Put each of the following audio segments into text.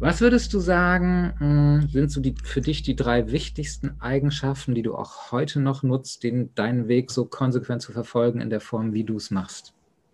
Was würdest du sagen, sind so für dich die drei wichtigsten Eigenschaften, die du auch heute noch nutzt, deinen Weg so konsequent zu verfolgen in der Form, wie du es machst?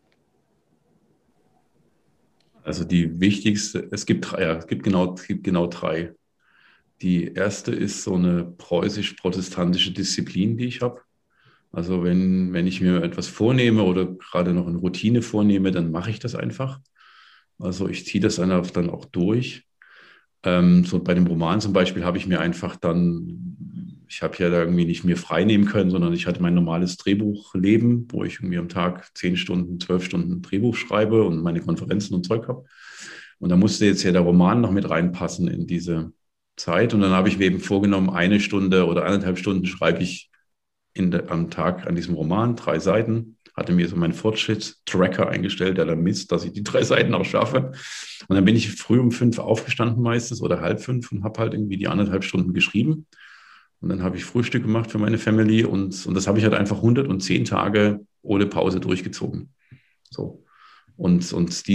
Also die wichtigste, es gibt genau drei. Die erste ist so eine preußisch-protestantische Disziplin, die ich habe. Also wenn ich mir etwas vornehme oder gerade noch eine Routine vornehme, dann mache ich das einfach. Also ich ziehe das dann auch durch. So bei dem Roman zum Beispiel habe ich mir einfach ich habe ja da irgendwie nicht mir frei nehmen können, sondern ich hatte mein normales Drehbuchleben, wo ich irgendwie am Tag 10 Stunden, 12 Stunden Drehbuch schreibe und meine Konferenzen und Zeug habe. Und da musste jetzt ja der Roman noch mit reinpassen in diese Zeit. Und dann habe ich mir eben vorgenommen, 1 Stunde oder 1,5 Stunden schreibe ich am Tag an diesem Roman, 3 Seiten. Hatte mir so meinen Fortschrittstracker eingestellt, der dann misst, dass ich die 3 Seiten auch schaffe. Und dann bin ich früh um 5 aufgestanden meistens oder halb 5 und habe halt irgendwie die 1,5 Stunden geschrieben. Und dann habe ich Frühstück gemacht für meine Family und das habe ich halt einfach 110 Tage ohne Pause durchgezogen. So. Und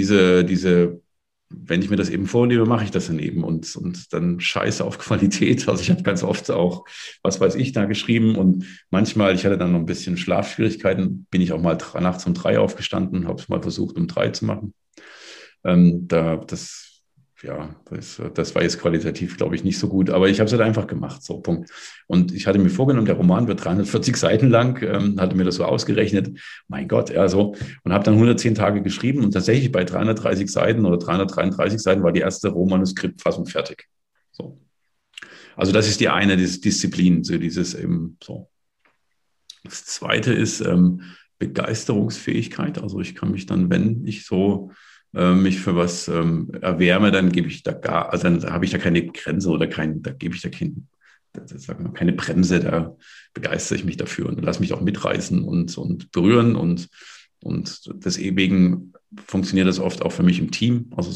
wenn ich mir das eben vornehme, mache ich das dann eben und dann scheiße auf Qualität. Also ich habe ganz oft auch, was weiß ich, da geschrieben und manchmal, ich hatte dann noch ein bisschen Schlafschwierigkeiten, bin ich auch mal nachts um 3 aufgestanden, habe es mal versucht, um 3 zu machen. Ähm, da, das, das war jetzt qualitativ, glaube ich, nicht so gut, aber ich habe es halt einfach gemacht, so Punkt. Und ich hatte mir vorgenommen, der Roman wird 340 Seiten lang, hatte mir das so ausgerechnet, mein Gott, ja, so, und habe dann 110 Tage geschrieben und tatsächlich bei 330 Seiten oder 333 Seiten war die erste Rohmanuskriptfassung fertig. So. Also das ist die eine Disziplin, so dieses eben so. Das zweite ist Begeisterungsfähigkeit. Also ich kann mich dann, wenn ich so mich für was erwärme, dann gebe ich da also dann habe ich da keine Grenze oder da gebe ich da sagen wir, keine Bremse, da begeistere ich mich dafür und lasse mich auch mitreißen und berühren und deswegen funktioniert das oft auch für mich im Team. Also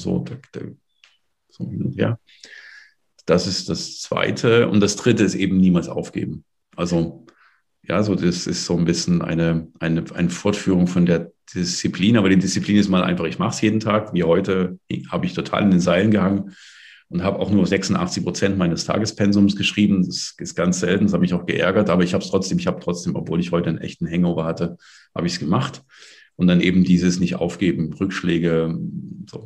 so hin und her. Das ist das Zweite. Und das Dritte ist eben niemals aufgeben. Also ja, so das ist so ein bisschen eine Fortführung von der Disziplin. Aber die Disziplin ist mal einfach, ich mache es jeden Tag. Wie heute habe ich total in den Seilen gehangen und habe auch nur 86% meines Tagespensums geschrieben. Das ist ganz selten, das hat mich auch geärgert, aber ich habe trotzdem, obwohl ich heute einen echten Hangover hatte, habe ich es gemacht. Und dann eben dieses nicht aufgeben, Rückschläge, so,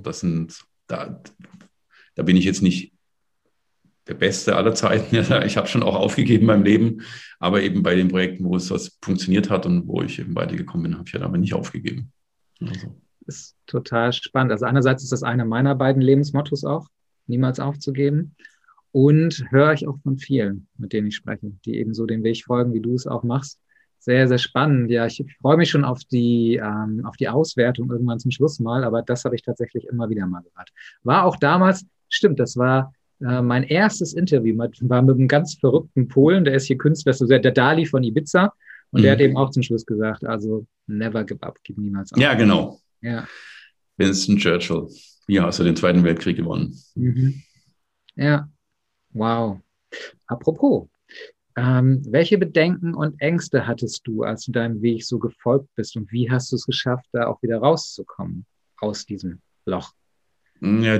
da bin ich jetzt nicht der Beste aller Zeiten. Ja, ich habe schon auch aufgegeben beim Leben, aber eben bei den Projekten, wo es was funktioniert hat und wo ich eben weitergekommen bin, habe ich ja damit nicht aufgegeben. Also. Ist total spannend. Also einerseits ist das einer meiner beiden Lebensmottos auch, niemals aufzugeben. Und höre ich auch von vielen, mit denen ich spreche, die eben so den Weg folgen, wie du es auch machst. Sehr, sehr spannend. Ja, ich freue mich schon auf die Auswertung irgendwann zum Schluss mal, aber das habe ich tatsächlich immer wieder mal gehört. War auch damals, stimmt, das war mein erstes Interview war mit einem ganz verrückten Polen, der ist hier Künstler, so der Dali von Ibiza. Und der hat eben Mhm. auch zum Schluss gesagt, also never give up, gib niemals auf. Ja, genau. Ja. Winston Churchill. Ja, hast du den Zweiten Weltkrieg gewonnen. Mhm. Ja, wow. Apropos, welche Bedenken und Ängste hattest du, als du deinem Weg so gefolgt bist und wie hast du es geschafft, da auch wieder rauszukommen aus diesem Loch? Ja,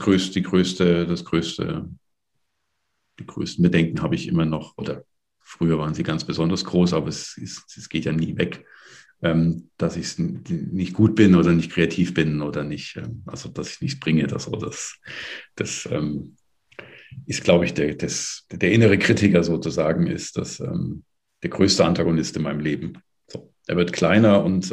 die größten Bedenken habe ich immer noch, oder früher waren sie ganz besonders groß, aber es geht ja nie weg, dass ich nicht gut bin oder nicht kreativ bin oder nicht, also dass ich nichts bringe. Das ist, glaube ich, der innere Kritiker sozusagen ist der größte Antagonist in meinem Leben. So, er wird kleiner und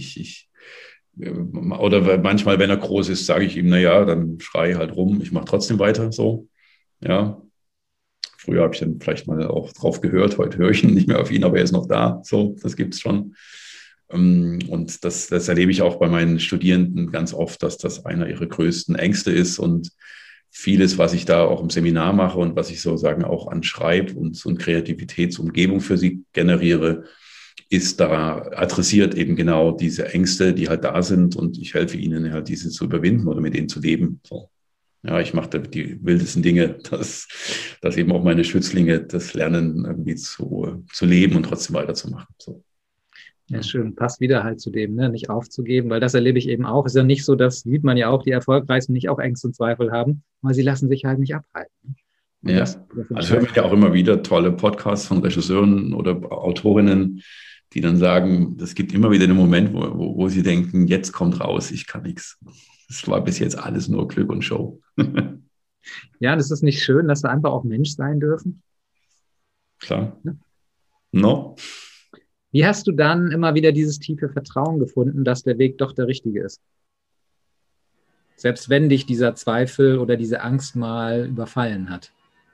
oder manchmal, wenn er groß ist, sage ich ihm, naja, dann schrei halt rum, ich mache trotzdem weiter so. Ja, früher habe ich dann vielleicht mal auch drauf gehört, heute höre ich nicht mehr auf ihn, aber er ist noch da. So, das gibt es schon. Und das erlebe ich auch bei meinen Studierenden ganz oft, dass das einer ihrer größten Ängste ist und vieles, was ich da auch im Seminar mache und was ich sozusagen auch an Schreib- und Kreativitätsumgebung für sie generiere, ist da adressiert eben genau diese Ängste, die halt da sind und ich helfe ihnen halt diese zu überwinden oder mit denen zu leben. So. Ja, ich mache da die wildesten Dinge, dass eben auch meine Schützlinge das lernen, irgendwie zu leben und trotzdem weiterzumachen. So. Ja, schön. Passt wieder halt zu dem, ne? Nicht aufzugeben, weil das erlebe ich eben auch. Ist ja nicht so, das sieht man ja auch, die Erfolgreichsten nicht auch Ängste und Zweifel haben, aber sie lassen sich halt nicht abhalten. Ne? Und Ja, das also hört entscheidet. man ja auch immer wieder tolle Podcasts von Regisseuren oder Autorinnen, die dann sagen, es gibt immer wieder den Moment, wo sie denken, jetzt kommt raus, ich kann nichts. Es war bis jetzt alles nur Glück und Show. Ja, das ist nicht schön, dass wir einfach auch Mensch sein dürfen. Klar. Ne? No? Wie hast du dann immer wieder dieses tiefe Vertrauen gefunden, dass der Weg doch der richtige ist? Selbst wenn dich dieser Zweifel oder diese Angst mal überfallen hat.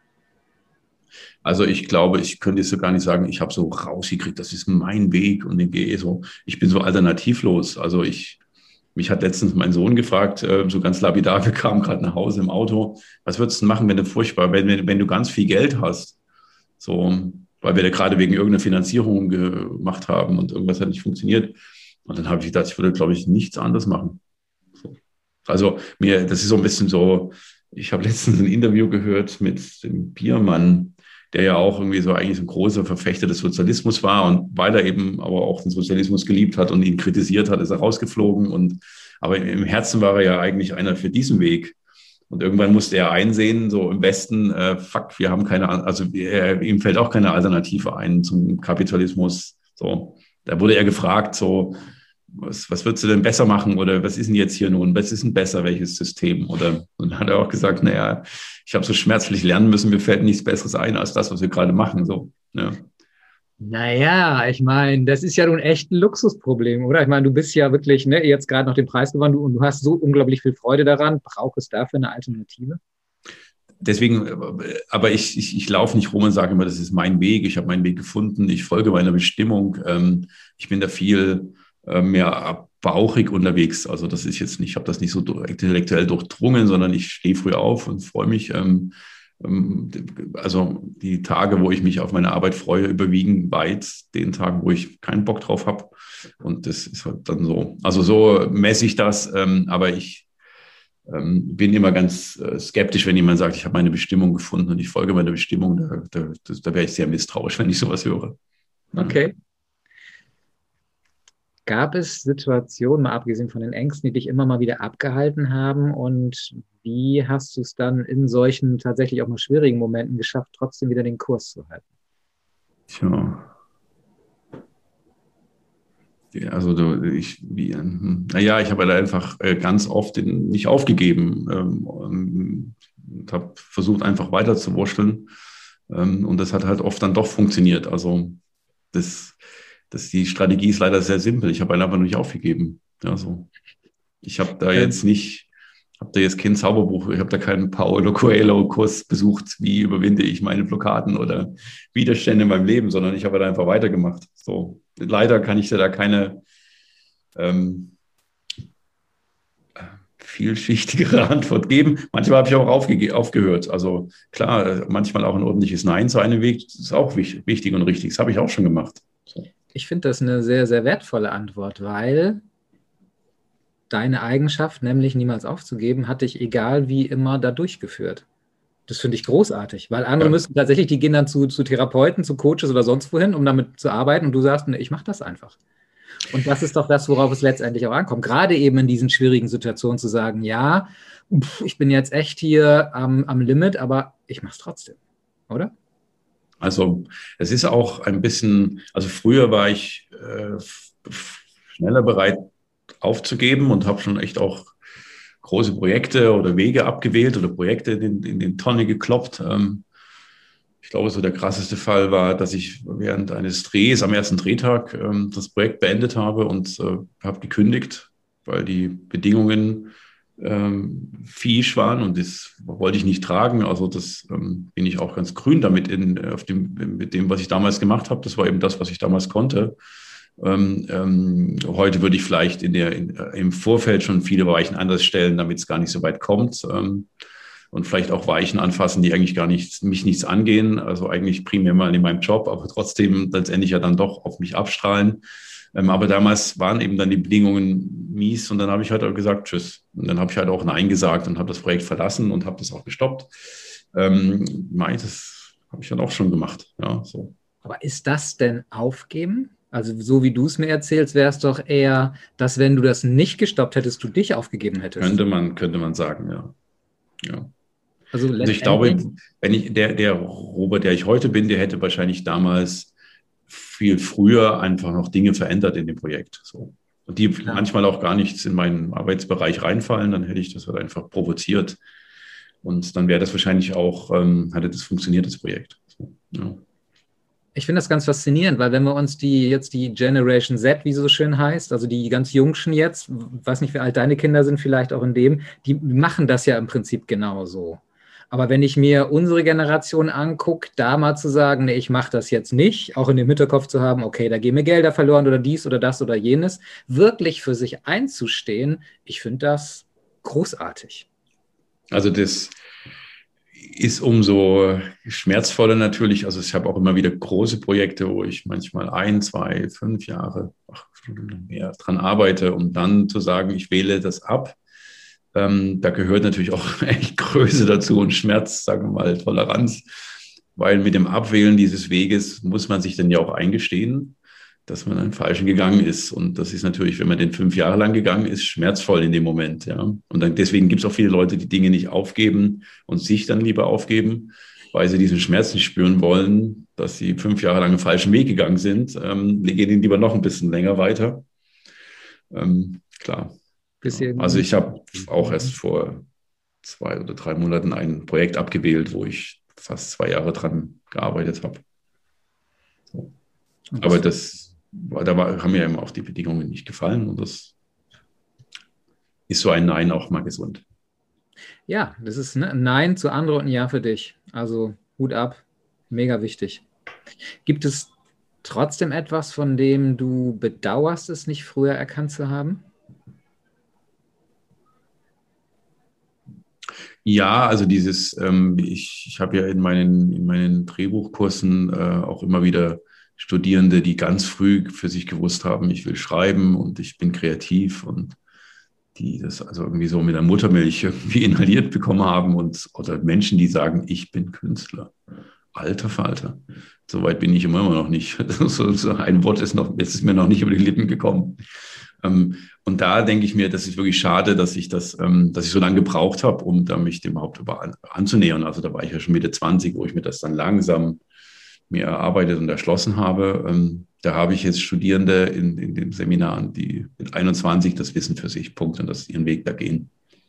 Also ich glaube, ich könnte jetzt so gar nicht sagen, ich habe so rausgekriegt, das ist mein Weg und den gehe ich so. Ich bin so alternativlos. Mich hat letztens mein Sohn gefragt, so ganz lapidar, wir kamen gerade nach Hause im Auto, was würdest du machen, wenn du ganz viel Geld hast? So, weil wir da gerade wegen irgendeiner Finanzierung gemacht haben und irgendwas hat nicht funktioniert. Und dann habe ich gedacht, ich würde, glaube ich, nichts anderes machen. So. Also das ist so ein bisschen so, ich habe letztens ein Interview gehört mit dem Biermann, der ja auch irgendwie so eigentlich so ein großer Verfechter des Sozialismus war und weil er eben aber auch den Sozialismus geliebt hat und ihn kritisiert hat, ist er rausgeflogen aber im Herzen war er ja eigentlich einer für diesen Weg. Und irgendwann musste er einsehen, so im Westen, fuck, wir haben ihm fällt auch keine Alternative ein zum Kapitalismus. So, da wurde er gefragt, so, was würdest du denn besser machen oder was ist denn jetzt hier nun, was ist denn besser, welches System? Und dann hat er auch gesagt, naja, ich habe so schmerzlich lernen müssen, mir fällt nichts Besseres ein als das, was wir gerade machen. So, ja. Naja, ich meine, das ist ja nun echt ein Luxusproblem, oder? Ich meine, du bist ja wirklich, ne, jetzt gerade noch den Preis gewonnen und du hast so unglaublich viel Freude daran. Braucht es dafür eine Alternative? Deswegen, aber ich laufe nicht rum und sage immer, das ist mein Weg, ich habe meinen Weg gefunden, ich folge meiner Bestimmung. Ich bin da viel mehr bauchig unterwegs. Also das ist jetzt nicht, ich habe das nicht so intellektuell durchdrungen, sondern ich stehe früh auf und freue mich. Also die Tage, wo ich mich auf meine Arbeit freue, überwiegen weit den Tagen, wo ich keinen Bock drauf habe. Und das ist halt dann so. Also so messe ich das, aber ich bin immer ganz skeptisch, wenn jemand sagt, ich habe meine Bestimmung gefunden und ich folge meiner Bestimmung. Da wäre ich sehr misstrauisch, wenn ich sowas höre. Okay. Gab es Situationen, mal abgesehen von den Ängsten, die dich immer mal wieder abgehalten haben? Und wie hast du es dann in solchen tatsächlich auch mal schwierigen Momenten geschafft, trotzdem wieder den Kurs zu halten? Tja. Also naja, ich habe halt einfach ganz oft nicht aufgegeben und habe versucht, einfach weiter zu wurschteln. Und das hat halt oft dann doch funktioniert. Also das, die Strategie ist leider sehr simpel. Ich habe halt einfach noch nicht aufgegeben. Ja, so. Ich habe da jetzt nicht, habe da jetzt kein Zauberbuch, ich habe da keinen Paulo Coelho-Kurs besucht, wie überwinde ich meine Blockaden oder Widerstände in meinem Leben, sondern ich habe da einfach weitergemacht. So, leider kann ich dir da keine vielschichtigere Antwort geben. Manchmal habe ich auch aufgehört. Also klar, manchmal auch ein ordentliches Nein zu einem Weg, das ist auch wichtig und richtig. Das habe ich auch schon gemacht. So. Ich finde das eine sehr, sehr wertvolle Antwort, weil deine Eigenschaft, nämlich niemals aufzugeben, hat dich egal wie immer da durchgeführt. Das finde ich großartig, weil andere Ja. müssen tatsächlich, die gehen dann zu Therapeuten, zu Coaches oder sonst wohin, um damit zu arbeiten und du sagst, nee, ich mache das einfach. Und das ist doch das, worauf es letztendlich auch ankommt. Gerade eben in diesen schwierigen Situationen zu sagen, ja, ich bin jetzt echt hier am Limit, aber ich mache es trotzdem, oder? Also es ist auch ein bisschen, also früher war ich schneller bereit aufzugeben und habe schon echt auch große Projekte oder Wege abgewählt oder Projekte in den Tonne gekloppt. Ich glaube, so der krasseste Fall war, dass ich während eines Drehs am ersten Drehtag das Projekt beendet habe und habe gekündigt, weil die Bedingungen fiesch waren und das wollte ich nicht tragen. Also das bin ich auch ganz grün damit mit dem, was ich damals gemacht habe. Das war eben das, was ich damals konnte. Heute würde ich vielleicht im Vorfeld schon viele Weichen anders stellen, damit es gar nicht so weit kommt. Und vielleicht auch Weichen anfassen, die eigentlich mich nichts angehen. Also eigentlich primär mal in meinem Job, aber trotzdem letztendlich ja dann doch auf mich abstrahlen. Aber damals waren eben dann die Bedingungen mies und dann habe ich halt auch gesagt, tschüss. Und dann habe ich halt auch Nein gesagt und habe das Projekt verlassen und habe das auch gestoppt. Das habe ich dann auch schon gemacht. Ja, so. Aber ist das denn Aufgeben? Also so wie du es mir erzählst, wäre es doch eher, dass wenn du das nicht gestoppt hättest, du dich aufgegeben hättest. Könnte man sagen, ja. Ja. Also Also ich glaube, letztendlich, wenn ich, der Robert, der ich heute bin, der hätte wahrscheinlich damals viel früher einfach noch Dinge verändert in dem Projekt. So. Und die klar. manchmal auch gar nichts in meinen Arbeitsbereich reinfallen, dann hätte ich das halt einfach provoziert. Und dann wäre das wahrscheinlich auch, hätte das funktioniert, das Projekt. So, ja. Ich finde das ganz faszinierend, weil wenn wir uns die Generation Z, wie sie so schön heißt, also die ganz Jungschen jetzt, weiß nicht, wie alt deine Kinder sind, vielleicht auch in dem, die machen das ja im Prinzip genauso. Aber wenn ich mir unsere Generation angucke, da mal zu sagen, nee, ich mache das jetzt nicht, auch in dem Hinterkopf zu haben, okay, da gehen mir Gelder verloren oder dies oder das oder jenes, wirklich für sich einzustehen, ich finde das großartig. Also das ist umso schmerzvoller natürlich. Also ich habe auch immer wieder große Projekte, wo ich manchmal 1, 2, 5 Jahre, mehr dran arbeite, um dann zu sagen, ich wähle das ab. Da gehört natürlich auch echt Größe dazu und Schmerz, sagen wir mal, Toleranz, weil mit dem Abwählen dieses Weges muss man sich dann ja auch eingestehen, dass man einen falschen gegangen ist. Und das ist natürlich, wenn man den 5 Jahre lang gegangen ist, schmerzvoll in dem Moment. Ja. Und dann, deswegen gibt es auch viele Leute, die Dinge nicht aufgeben und sich dann lieber aufgeben, weil sie diesen Schmerz nicht spüren wollen, dass sie 5 Jahre lang einen falschen Weg gegangen sind. Gehen ihnen lieber noch ein bisschen länger weiter. Klar. Ja. Also Bisschen. ich habe auch erst vor 2 oder 3 Monaten ein Projekt abgewählt, wo ich fast 2 Jahre dran gearbeitet habe. So. Aber haben mir eben auch die Bedingungen nicht gefallen und das ist so ein Nein auch mal gesund. Ja, das ist ein Nein zu anderen und ein Ja für dich. Also Hut ab, mega wichtig. Gibt es trotzdem etwas, von dem du bedauerst, es nicht früher erkannt zu haben? Ja, also ich habe ja in meinen Drehbuchkursen auch immer wieder Studierende, die ganz früh für sich gewusst haben, ich will schreiben und ich bin kreativ und die das also irgendwie so mit der Muttermilch irgendwie inhaliert bekommen haben oder Menschen, die sagen, ich bin Künstler. Alter Falter. Soweit bin ich immer noch nicht. So ein Wort ist mir noch nicht über die Lippen gekommen. Und da denke ich mir, das ist wirklich schade, dass ich so lange gebraucht habe, um da mich dem überhaupt anzunähern. Also da war ich ja schon Mitte 20, wo ich mir das dann langsam mir erarbeitet und erschlossen habe. Da habe ich jetzt Studierende in den Seminaren, die mit 21 das wissen für sich, Punkt, und dass sie ihren Weg da gehen.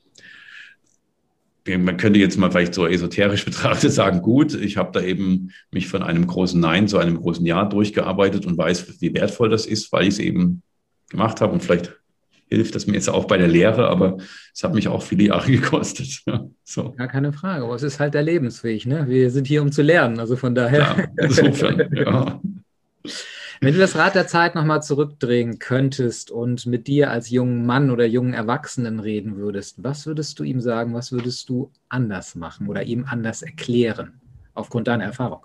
Man könnte jetzt mal vielleicht so esoterisch betrachtet sagen, gut, ich habe da eben mich von einem großen Nein zu einem großen Ja durchgearbeitet und weiß, wie wertvoll das ist, weil ich es eben gemacht habe. Und vielleicht hilft das mir jetzt auch bei der Lehre, aber es hat mich auch viele Jahre gekostet. Ja, so. Gar keine Frage, aber es ist halt der Lebensweg, ne? Wir sind hier, um zu lernen, also von daher. Klar, insofern, ja. Wenn du das Rad der Zeit nochmal zurückdrehen könntest und mit dir als jungen Mann oder jungen Erwachsenen reden würdest, was würdest du ihm sagen, was würdest du anders machen oder ihm anders erklären, aufgrund deiner Erfahrung?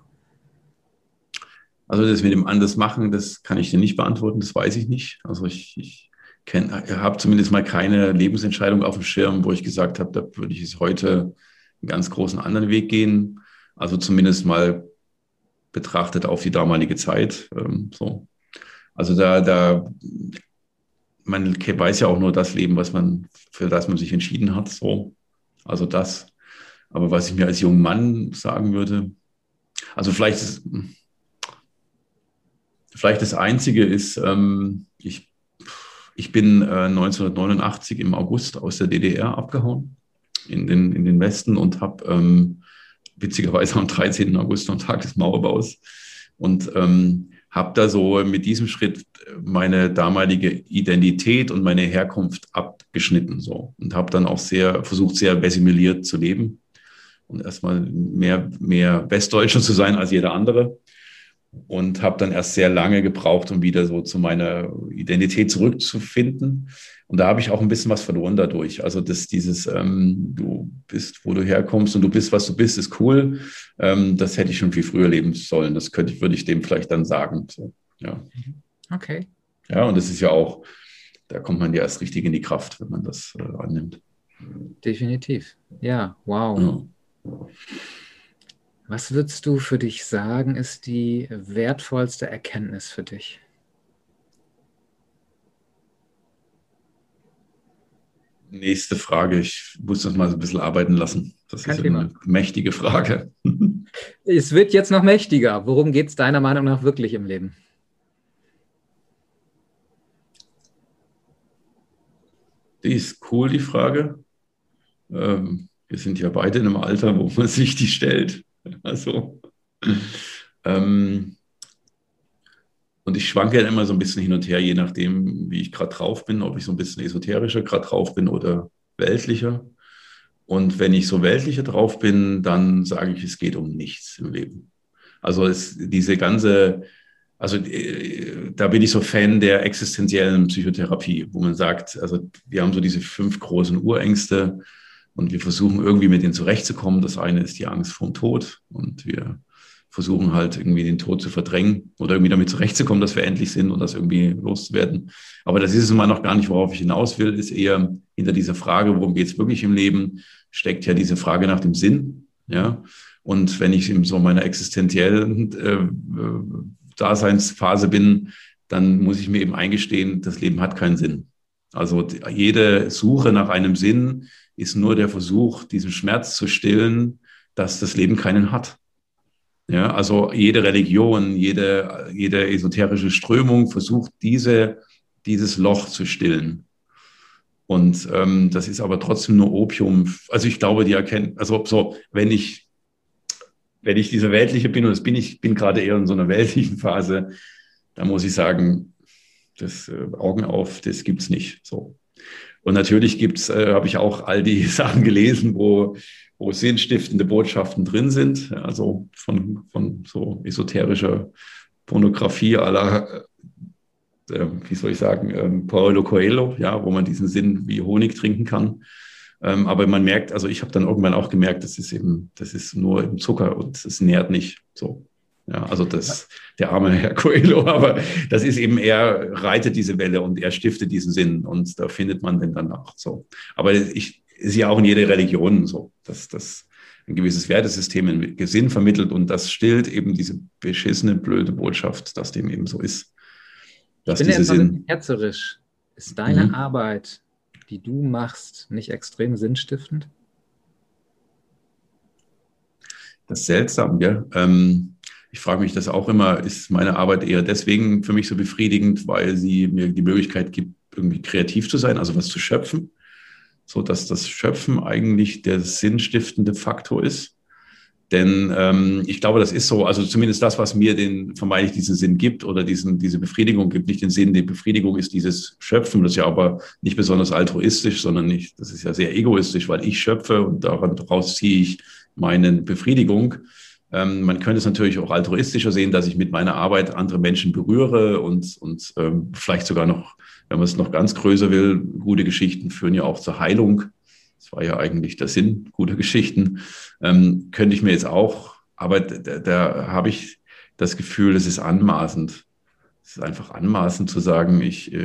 Also das mit dem anders machen, das kann ich dir nicht beantworten, das weiß ich nicht. Also ich habe zumindest mal keine Lebensentscheidung auf dem Schirm, wo ich gesagt habe, da würde ich es heute einen ganz großen anderen Weg gehen. Also zumindest mal betrachtet auf die damalige Zeit. So. Also man weiß ja auch nur das Leben, für das man sich entschieden hat. So. Also das. Aber was ich mir als junger Mann sagen würde, also vielleicht das Einzige ist, ich bin 1989 im August aus der DDR abgehauen in den Westen und habe witzigerweise am 13. August, am Tag des Mauerbaus, und habe da so mit diesem Schritt meine damalige Identität und meine Herkunft abgeschnitten so und habe dann auch versucht, sehr vessimiliert zu leben und erstmal mehr Westdeutscher zu sein als jeder andere. Und habe dann erst sehr lange gebraucht, um wieder so zu meiner Identität zurückzufinden. Und da habe ich auch ein bisschen was verloren dadurch. Also du bist, wo du herkommst und du bist, was du bist, ist cool. Das hätte ich schon viel früher leben sollen. Würde ich dem vielleicht dann sagen. So, ja. Okay. Ja, und das ist ja auch, da kommt man ja erst richtig in die Kraft, wenn man das annimmt. Definitiv. Ja, wow. Ja. Was würdest du für dich sagen, ist die wertvollste Erkenntnis für dich? Nächste Frage. Ich muss das mal so ein bisschen arbeiten lassen. Das Kein ist Thema. eine mächtige Frage. Es wird jetzt noch mächtiger. Worum geht es deiner Meinung nach wirklich im Leben? Die ist cool, die Frage. Wir sind ja beide in einem Alter, wo man sich die stellt. Also, ähm, und ich schwanke ja immer so ein bisschen hin und her, je nachdem, wie ich gerade drauf bin, ob ich so ein bisschen esoterischer gerade drauf bin oder weltlicher. Und wenn ich so weltlicher drauf bin, dann sage ich, es geht um nichts im Leben. Also diese ganze, also da bin ich so Fan der existenziellen Psychotherapie, wo man sagt, also wir haben so diese 5 großen Urängste und wir versuchen irgendwie mit denen zurechtzukommen. Das eine ist die Angst vorm Tod und wir versuchen halt irgendwie den Tod zu verdrängen oder irgendwie damit zurechtzukommen, dass wir endlich sind und das irgendwie loszuwerden. Aber das ist es mal noch gar nicht, worauf ich hinaus will, ist eher hinter dieser Frage, worum geht es wirklich im Leben, steckt ja diese Frage nach dem Sinn, ja. Und wenn ich in so meiner existenziellen Daseinsphase bin, dann muss ich mir eben eingestehen, das Leben hat keinen Sinn. Also jede Suche nach einem Sinn ist nur der Versuch, diesen Schmerz zu stillen, dass das Leben keinen hat. Ja, also jede Religion, jede esoterische Strömung versucht, dieses Loch zu stillen. Und das ist aber trotzdem nur Opium. Also ich glaube, die erkennen, also so, wenn ich diese weltliche bin, und das bin ich, bin gerade eher in so einer weltlichen Phase, dann muss ich sagen, das Augen auf, das gibt's nicht. So. Und natürlich habe ich auch all die Sachen gelesen, wo sinnstiftende Botschaften drin sind, also von so esoterischer Pornografie aller, wie soll ich sagen, Paulo Coelho, ja, wo man diesen Sinn wie Honig trinken kann. Aber man merkt, also ich habe dann irgendwann auch gemerkt, das ist nur im Zucker und es nährt nicht so. Ja, also der arme Herr Coelho, aber das ist eben, er reitet diese Welle und er stiftet diesen Sinn und da findet man den dann auch so. Aber ist ja auch in jeder Religion so, dass ein gewisses Wertesystem einen Sinn vermittelt und das stillt eben diese beschissene, blöde Botschaft, dass dem eben so ist. Ich bin ja jetzt mal ein bisschen ketzerisch. Ist deine Arbeit, die du machst, nicht extrem sinnstiftend? Das ist seltsam, ja. Ich frage mich das auch immer, ist meine Arbeit eher deswegen für mich so befriedigend, weil sie mir die Möglichkeit gibt, irgendwie kreativ zu sein, also was zu schöpfen, so dass das Schöpfen eigentlich der sinnstiftende Faktor ist. Denn ich glaube, das ist so, also zumindest das, was mir vermeintlich diesen Sinn gibt oder diese Befriedigung gibt, nicht den Sinn, die Befriedigung ist dieses Schöpfen, das ist ja aber nicht besonders altruistisch, sondern das ist ja sehr egoistisch, weil ich schöpfe und daraus ziehe ich meine Befriedigung. Man könnte es natürlich auch altruistischer sehen, dass ich mit meiner Arbeit andere Menschen berühre und vielleicht sogar noch, wenn man es noch ganz größer will, gute Geschichten führen ja auch zur Heilung. Das war ja eigentlich der Sinn guter Geschichten. Könnte ich mir jetzt auch, aber da habe ich das Gefühl, es ist anmaßend. Es ist einfach anmaßend zu sagen,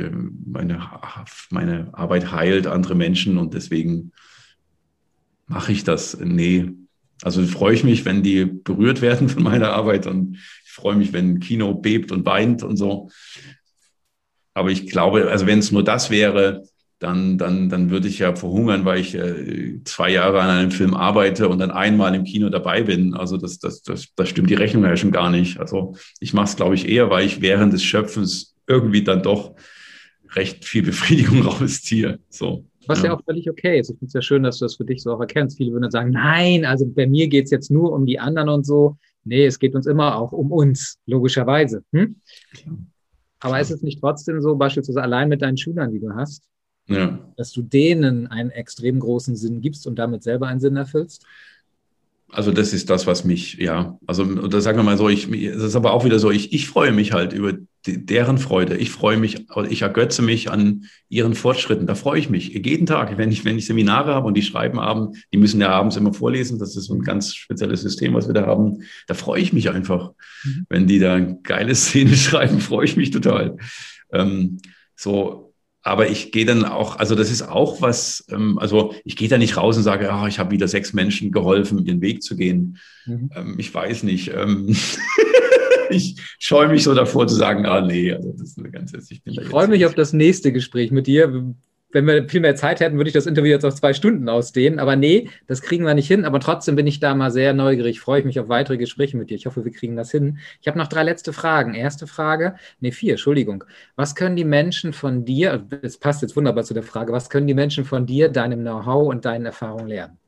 meine Arbeit heilt andere Menschen und deswegen mache ich das. Nee. Also freue ich mich, wenn die berührt werden von meiner Arbeit und ich freue mich, wenn ein Kino bebt und weint und so. Aber ich glaube, also wenn es nur das wäre, dann würde ich ja verhungern, weil ich 2 Jahre an einem Film arbeite und dann einmal im Kino dabei bin. Also das stimmt die Rechnung ja schon gar nicht. Also ich mache es, glaube ich, eher, weil ich während des Schöpfens irgendwie dann doch recht viel Befriedigung rausziehe. So. Was ja auch völlig okay ist. Ich finde es ja schön, dass du das für dich so auch erkennst. Viele würden dann sagen, nein, also bei mir geht es jetzt nur um die anderen und so. Nee, es geht uns immer auch um uns, logischerweise. Aber ist es nicht trotzdem so, beispielsweise allein mit deinen Schülern, die du hast, ja, dass du denen einen extrem großen Sinn gibst und damit selber einen Sinn erfüllst? Also das ist das, was mich, ja, also oder sagen wir mal so, es ist aber auch wieder so, ich freue mich halt über deren Freude. Ich freue mich, ich ergötze mich an ihren Fortschritten. Da freue ich mich jeden Tag, wenn ich Seminare habe und die schreiben abends, die müssen ja abends immer vorlesen. Das ist so ein ganz spezielles System, was wir da haben. Da freue ich mich einfach. Wenn die da eine geile Szene schreiben, freue ich mich total. So. Aber ich gehe dann auch, also das ist auch was, also ich gehe da nicht raus und sage, ich habe wieder 6 Menschen geholfen, ihren Weg zu gehen. Ich weiß nicht. Ich scheue mich so davor zu sagen, nee, also das ist eine ganz, ich freue mich auf das nächste Gespräch mit dir, wenn wir viel mehr Zeit hätten, würde ich das Interview jetzt auf 2 Stunden ausdehnen. Aber nee, das kriegen wir nicht hin. Aber trotzdem bin ich da mal sehr neugierig. Freue ich mich auf weitere Gespräche mit dir. Ich hoffe, wir kriegen das hin. Ich habe noch 3 letzte Fragen. Erste Frage, 4, Entschuldigung. Was können die Menschen von dir, das passt jetzt wunderbar zu der Frage, was können die Menschen von dir, deinem Know-how und deinen Erfahrungen lernen?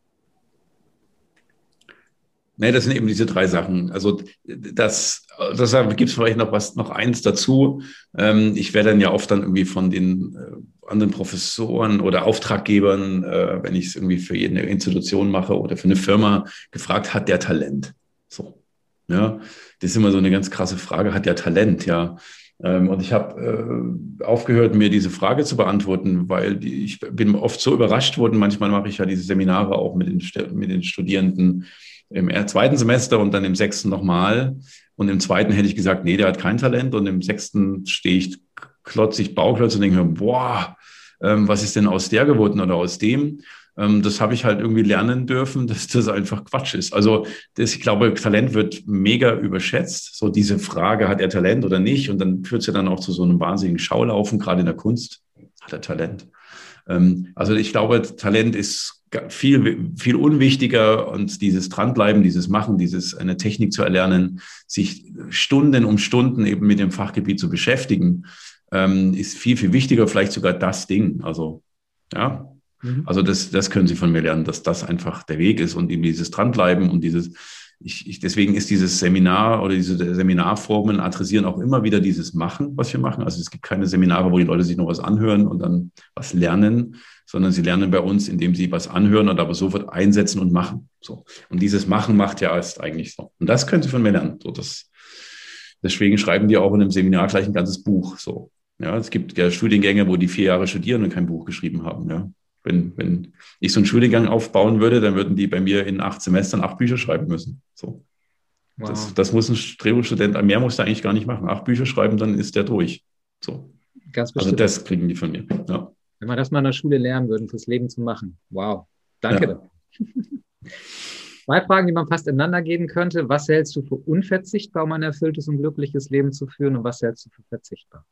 Nee, das sind eben diese 3 Sachen. Also das gibt es vielleicht noch eins dazu. Ich werde dann ja oft dann irgendwie von den anderen Professoren oder Auftraggebern, wenn ich es irgendwie für eine Institution mache oder für eine Firma, gefragt, hat der Talent? So, ja, das ist immer so eine ganz krasse Frage, hat der Talent? Ja. Und ich habe aufgehört, mir diese Frage zu beantworten, weil ich bin oft so überrascht worden. Manchmal mache ich ja diese Seminare auch mit den Studierenden im 2. Semester und dann im 6. nochmal. Und im 2. hätte ich gesagt, nee, der hat kein Talent. Und im 6. stehe ich bauchklotz und denke mir, boah, was ist denn aus der geworden oder aus dem? Das habe ich halt irgendwie lernen dürfen, dass das einfach Quatsch ist. Also ich glaube, Talent wird mega überschätzt. So diese Frage, hat er Talent oder nicht? Und dann führt es ja dann auch zu so einem wahnsinnigen Schaulaufen, gerade in der Kunst. Hat er Talent? Also ich glaube, Talent ist viel, viel unwichtiger und dieses Dranbleiben, dieses Machen, eine Technik zu erlernen, sich Stunden um Stunden eben mit dem Fachgebiet zu beschäftigen, ist viel, viel wichtiger, vielleicht sogar das Ding. Also, ja, also das können Sie von mir lernen, dass das einfach der Weg ist und eben dieses Dranbleiben und deswegen ist dieses Seminar oder diese Seminarformen adressieren auch immer wieder dieses Machen, was wir machen. Also es gibt keine Seminare, wo die Leute sich noch was anhören und dann was lernen, sondern sie lernen bei uns, indem sie was anhören und aber sofort einsetzen und machen. So. Und dieses Machen macht ja erst eigentlich so. Und das können Sie von mir lernen. So, deswegen schreiben die auch in einem Seminar gleich ein ganzes Buch. So. Ja, es gibt ja Studiengänge, wo die 4 Jahre studieren und kein Buch geschrieben haben. Ja. Wenn ich so einen Studiengang aufbauen würde, dann würden die bei mir in 8 Semestern 8 Bücher schreiben müssen. So. Wow. Das muss ein Drehbuchstudent, mehr muss der eigentlich gar nicht machen. 8 Bücher schreiben, dann ist der durch. So. Ganz bestimmt. Also das kriegen die von mir. Ja. Wenn wir das mal in der Schule lernen würden, fürs Leben zu machen. Wow. Danke. Ja. 2 Fragen, die man fast ineinander geben könnte. Was hältst du für unverzichtbar, um ein erfülltes und glückliches Leben zu führen? Und was hältst du für verzichtbar?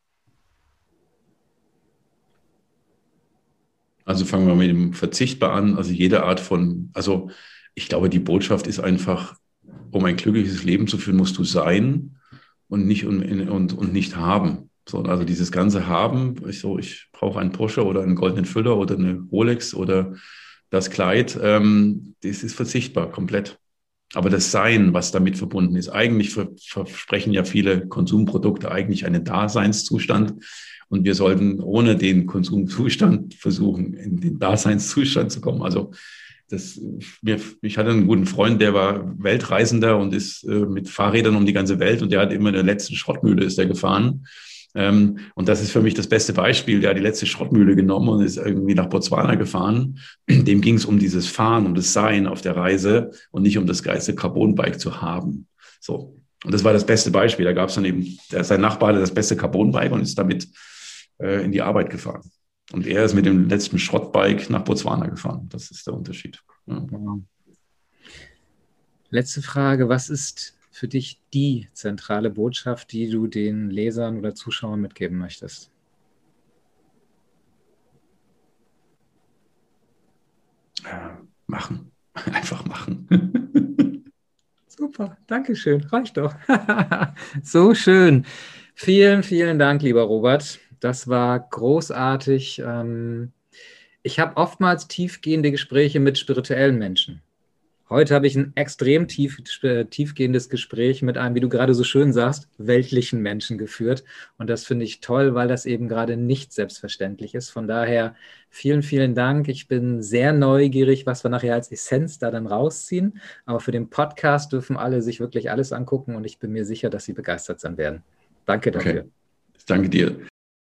Also fangen wir mit dem Verzichtbar an. Also jede Art ich glaube, die Botschaft ist einfach, um ein glückliches Leben zu führen, musst du sein und nicht haben. So, also dieses ganze Haben, ich brauche einen Porsche oder einen goldenen Füller oder eine Rolex oder das Kleid, das ist verzichtbar, komplett. Aber das Sein, was damit verbunden ist, eigentlich versprechen ja viele Konsumprodukte eigentlich einen Daseinszustand. Und wir sollten ohne den Konsumzustand versuchen, in den Daseinszustand zu kommen. Also ich hatte einen guten Freund, der war Weltreisender und ist mit Fahrrädern um die ganze Welt und der hat immer in der letzten Schrottmühle ist der gefahren. Und das ist für mich das beste Beispiel. Der hat die letzte Schrottmühle genommen und ist irgendwie nach Botswana gefahren. Dem ging es um dieses Fahren, um das Sein auf der Reise und nicht um das geilste Carbon-Bike zu haben. So. Und das war das beste Beispiel. Da gab es dann eben, sein Nachbar hatte das beste Carbon-Bike und ist damit in die Arbeit gefahren. Und er ist mit dem letzten Schrottbike nach Botswana gefahren. Das ist der Unterschied. Ja. Letzte Frage. Was ist für dich die zentrale Botschaft, die du den Lesern oder Zuschauern mitgeben möchtest? Machen. Einfach machen. Super, danke schön. Reicht doch. So schön. Vielen, vielen Dank, lieber Robert. Das war großartig. Ich habe oftmals tiefgehende Gespräche mit spirituellen Menschen. Heute habe ich ein extrem tiefgehendes Gespräch mit einem, wie du gerade so schön sagst, weltlichen Menschen geführt. Und das finde ich toll, weil das eben gerade nicht selbstverständlich ist. Von daher vielen, vielen Dank. Ich bin sehr neugierig, was wir nachher als Essenz da dann rausziehen. Aber für den Podcast dürfen alle sich wirklich alles angucken und ich bin mir sicher, dass sie begeistert sein werden. Danke dafür. Okay. Danke dir.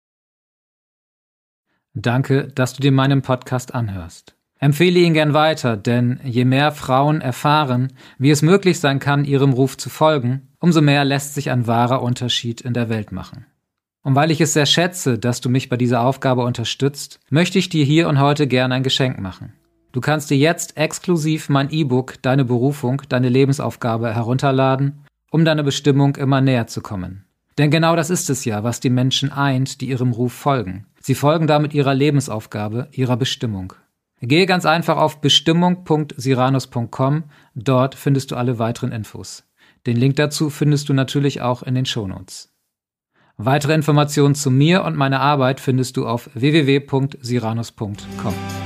Danke, dass du dir meinen Podcast anhörst. Empfehle ihn gern weiter, denn je mehr Frauen erfahren, wie es möglich sein kann, ihrem Ruf zu folgen, umso mehr lässt sich ein wahrer Unterschied in der Welt machen. Und weil ich es sehr schätze, dass du mich bei dieser Aufgabe unterstützt, möchte ich dir hier und heute gern ein Geschenk machen. Du kannst dir jetzt exklusiv mein E-Book Deine Berufung, deine Lebensaufgabe herunterladen, um deiner Bestimmung immer näher zu kommen. Denn genau das ist es ja, was die Menschen eint, die ihrem Ruf folgen. Sie folgen damit ihrer Lebensaufgabe, ihrer Bestimmung. Gehe ganz einfach auf bestimmung.siranus.com, dort findest du alle weiteren Infos. Den Link dazu findest du natürlich auch in den Shownotes. Weitere Informationen zu mir und meiner Arbeit findest du auf www.siranus.com.